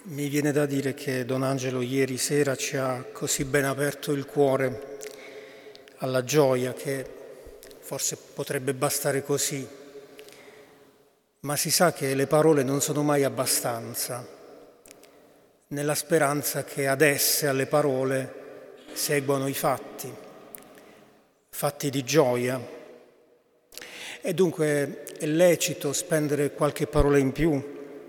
Mi viene da dire che Don Angelo ieri sera ci ha così ben aperto il cuore alla gioia che forse potrebbe bastare così, ma si sa che le parole non sono mai abbastanza, nella speranza che ad esse, alle parole, seguano i fatti di gioia. E dunque è lecito spendere qualche parola in più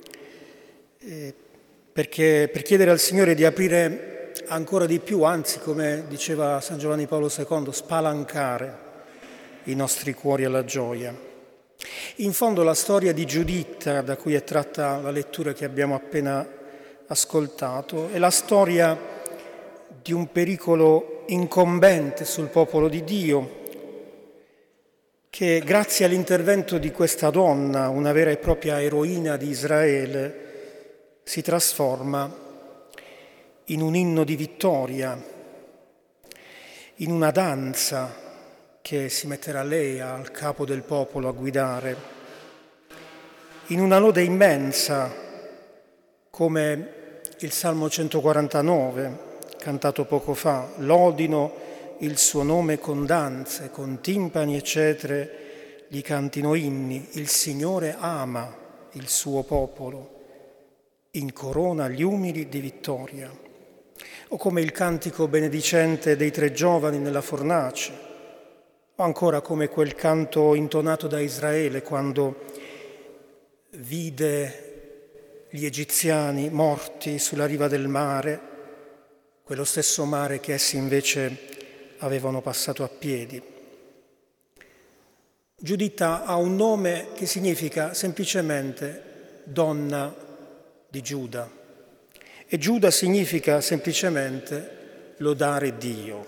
per chiedere al Signore di aprire ancora di più, anzi, come diceva San Giovanni Paolo II, spalancare i nostri cuori alla gioia. In fondo la storia di Giuditta, da cui è tratta la lettura che abbiamo appena ascoltato, è la storia di un pericolo incombente sul popolo di Dio, che grazie all'intervento di questa donna, una vera e propria eroina di Israele, si trasforma in un inno di vittoria, in una danza che si metterà lei al capo del popolo a guidare, in una lode immensa come il Salmo 149, cantato poco fa: lodino il suo nome con danze, con timpani e cetre gli cantino inni, il Signore ama il suo popolo, incorona gli umili di vittoria. O come il cantico benedicente dei 3 giovani nella fornace, o ancora come quel canto intonato da Israele quando vide gli egiziani morti sulla riva del mare, quello stesso mare che essi invece avevano passato a piedi. Giuditta ha un nome che significa semplicemente donna di Giuda, e Giuda significa semplicemente lodare Dio.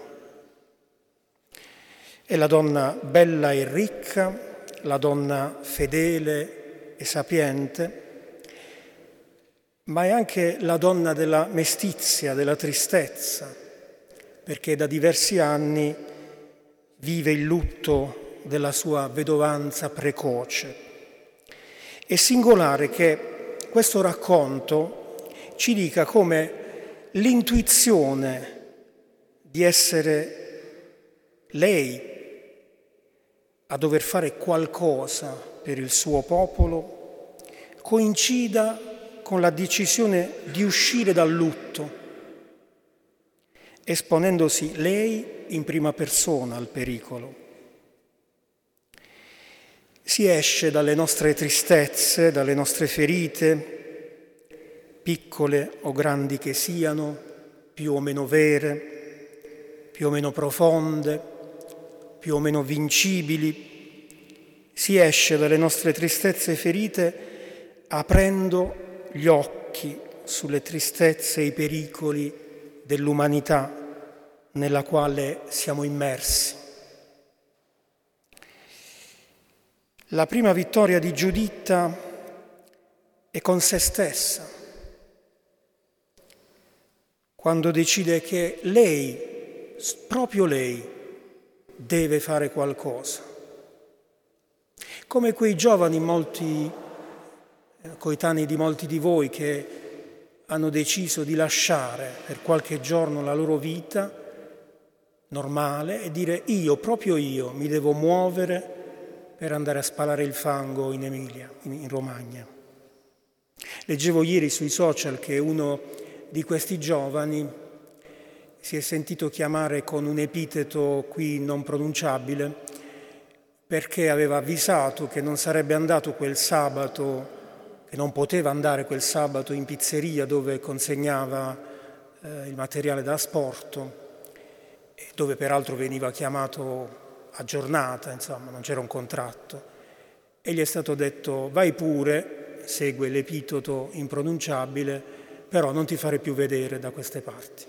È la donna bella e ricca, la donna fedele e sapiente, ma è anche la donna della mestizia, della tristezza, perché da diversi anni vive il lutto della sua vedovanza precoce. È singolare che questo racconto ci dica come l'intuizione di essere lei a dover fare qualcosa per il suo popolo coincida con la decisione di uscire dal lutto, esponendosi lei in prima persona al pericolo. Si esce dalle nostre tristezze, dalle nostre ferite, piccole o grandi che siano, più o meno vere, più o meno profonde, più o meno vincibili. Si esce dalle nostre tristezze e ferite aprendo gli occhi sulle tristezze e i pericoli dell'umanità nella quale siamo immersi. La prima vittoria di Giuditta è con se stessa, quando decide che lei, proprio lei, deve fare qualcosa. Come quei giovani, molti coetanei di molti di voi, che hanno deciso di lasciare per qualche giorno la loro vita normale e dire: proprio io, mi devo muovere per andare a spalare il fango in Emilia, in Romagna. Leggevo ieri sui social che uno di questi giovani si è sentito chiamare con un epiteto qui non pronunciabile perché aveva avvisato che non sarebbe andato quel sabato, che non poteva andare quel sabato in pizzeria dove consegnava il materiale da asporto, dove peraltro veniva chiamato a giornata, insomma, non c'era un contratto, e gli è stato detto: vai pure, segue l'epiteto impronunciabile, però non ti fare più vedere da queste parti.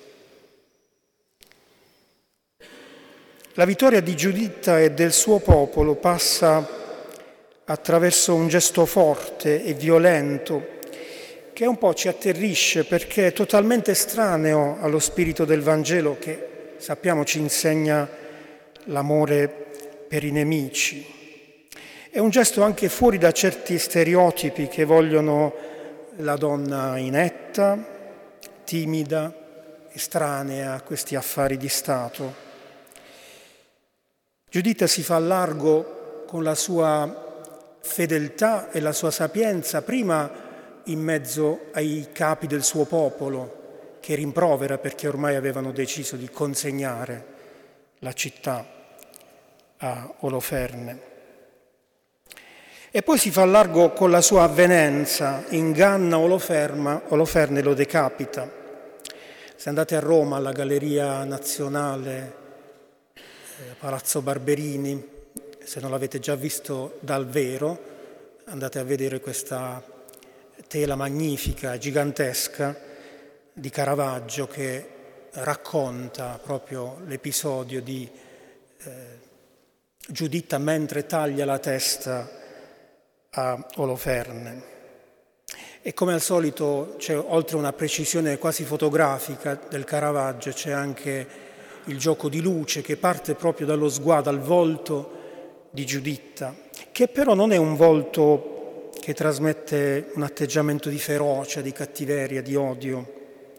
La vittoria di Giuditta e del suo popolo passa attraverso un gesto forte e violento che un po' ci atterrisce, perché è totalmente estraneo allo spirito del Vangelo, che sappiamo ci insegna l'amore per i nemici. È un gesto anche fuori da certi stereotipi che vogliono la donna inetta, timida, estranea a questi affari di Stato. Giuditta si fa largo con la sua fedeltà e la sua sapienza, prima in mezzo ai capi del suo popolo, che rimprovera perché ormai avevano deciso di consegnare la città a Oloferne. E poi si fa largo con la sua avvenenza, inganna Oloferne lo decapita. Se andate a Roma, alla Galleria Nazionale, Palazzo Barberini, se non l'avete già visto dal vero, andate a vedere questa tela magnifica, gigantesca, di Caravaggio che racconta proprio l'episodio di Giuditta mentre taglia la testa a Oloferne. E come al solito c'è, oltre una precisione quasi fotografica del Caravaggio, c'è anche il gioco di luce che parte proprio dallo sguardo, dal volto di Giuditta, che però non è un volto che trasmette un atteggiamento di ferocia, di cattiveria, di odio,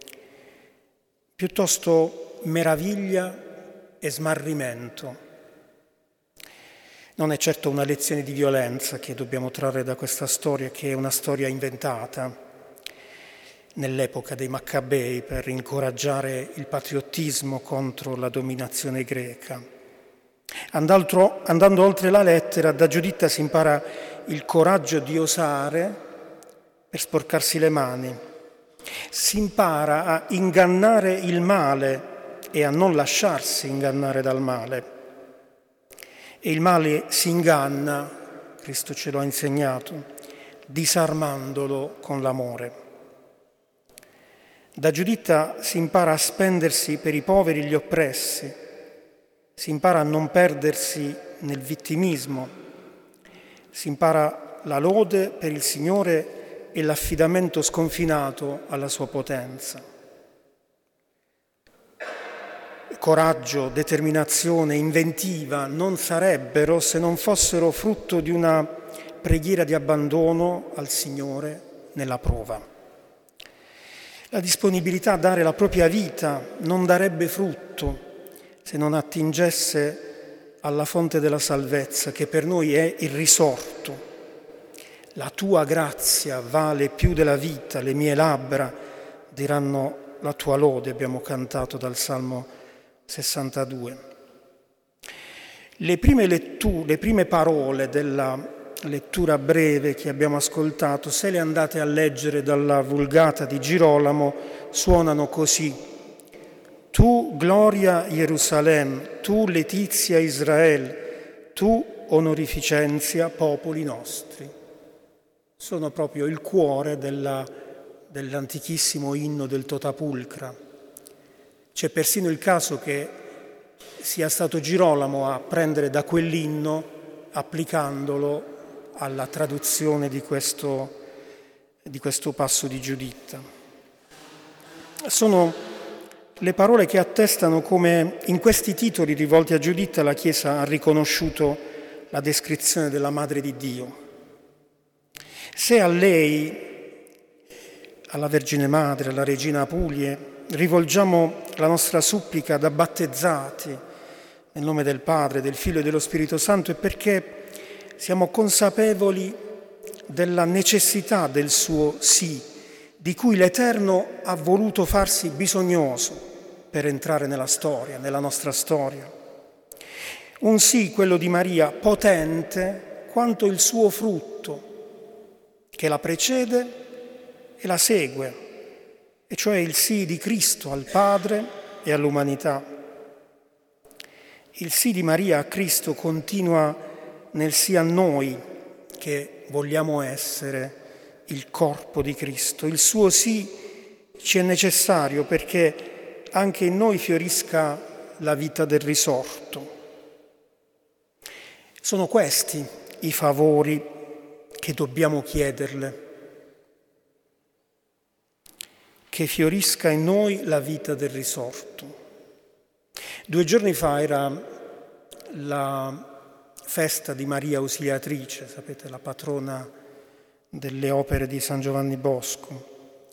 piuttosto meraviglia e smarrimento. Non è certo una lezione di violenza che dobbiamo trarre da questa storia, che è una storia inventata nell'epoca dei Maccabei per incoraggiare il patriottismo contro la dominazione greca. Andando oltre la lettera, da Giuditta si impara il coraggio di osare per sporcarsi le mani. Si impara a ingannare il male e a non lasciarsi ingannare dal male. E il male si inganna, Cristo ce lo ha insegnato, disarmandolo con l'amore. Da Giuditta si impara a spendersi per i poveri e gli oppressi, si impara a non perdersi nel vittimismo, si impara la lode per il Signore e l'affidamento sconfinato alla sua potenza. Coraggio, determinazione, inventiva non sarebbero se non fossero frutto di una preghiera di abbandono al Signore nella prova. La disponibilità a dare la propria vita non darebbe frutto se non attingesse alla fonte della salvezza, che per noi è il risorto. La tua grazia vale più della vita, le mie labbra diranno la tua lode, abbiamo cantato dal Salmo 62. Le prime parole della lettura breve che abbiamo ascoltato, se le andate a leggere dalla Vulgata di Girolamo, suonano così: tu gloria Gerusalemme, tu letizia Israele, tu onorificentia popoli nostri. Sono proprio il cuore dell'antichissimo inno del Totapulcra. C'è persino il caso che sia stato Girolamo a prendere da quell'inno, applicandolo alla traduzione di questo passo di Giuditta. Sono le parole che attestano come in questi titoli rivolti a Giuditta la Chiesa ha riconosciuto la descrizione della Madre di Dio. Se a lei, alla Vergine Madre, alla Regina Apulie, rivolgiamo la nostra supplica da battezzati nel nome del Padre, del Figlio e dello Spirito Santo, è perché siamo consapevoli della necessità del suo sì, di cui l'Eterno ha voluto farsi bisognoso per entrare nella storia, nella nostra storia. Un sì, quello di Maria, potente quanto il suo frutto, che la precede e la segue, e cioè il sì di Cristo al Padre e all'umanità. Il sì di Maria a Cristo continua nel sì a noi, che vogliamo essere il corpo di Cristo. Il suo sì ci è necessario perché anche in noi fiorisca la vita del risorto. Sono questi i favori che dobbiamo chiederle. Che fiorisca in noi la vita del risorto. 2 giorni fa era la festa di Maria Ausiliatrice, sapete, la patrona delle opere di San Giovanni Bosco.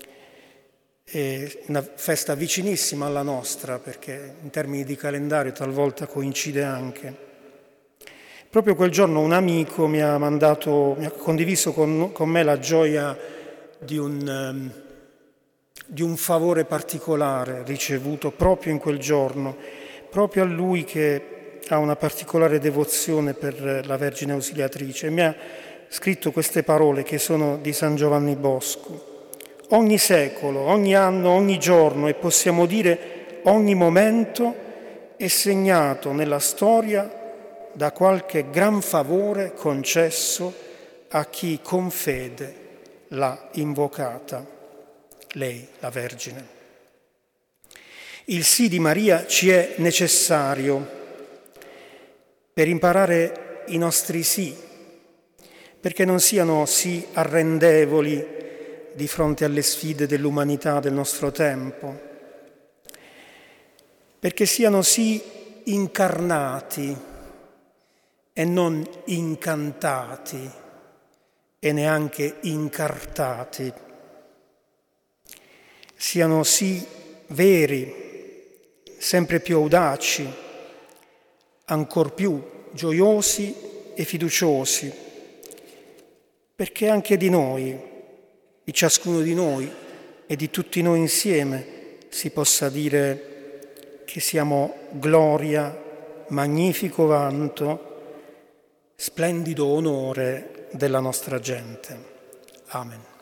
È una festa vicinissima alla nostra, perché in termini di calendario talvolta coincide anche. Proprio quel giorno un amico mi ha condiviso con me la gioia di un favore particolare ricevuto proprio in quel giorno, proprio a lui che ha una particolare devozione per la Vergine Ausiliatrice. Mi ha scritto queste parole che sono di San Giovanni Bosco. Ogni secolo, ogni anno, ogni giorno, e possiamo dire ogni momento, è segnato nella storia da qualche gran favore concesso a chi con fede l'ha invocata, lei, la Vergine. Il sì di Maria ci è necessario per imparare i nostri sì, perché non siano sì arrendevoli di fronte alle sfide dell'umanità del nostro tempo, perché siano sì incarnati e non incantati e neanche incartati, siano sì veri, sempre più audaci, ancor più gioiosi e fiduciosi, perché anche di noi, di ciascuno di noi e di tutti noi insieme, si possa dire che siamo gloria, magnifico vanto, splendido onore della nostra gente. Amen.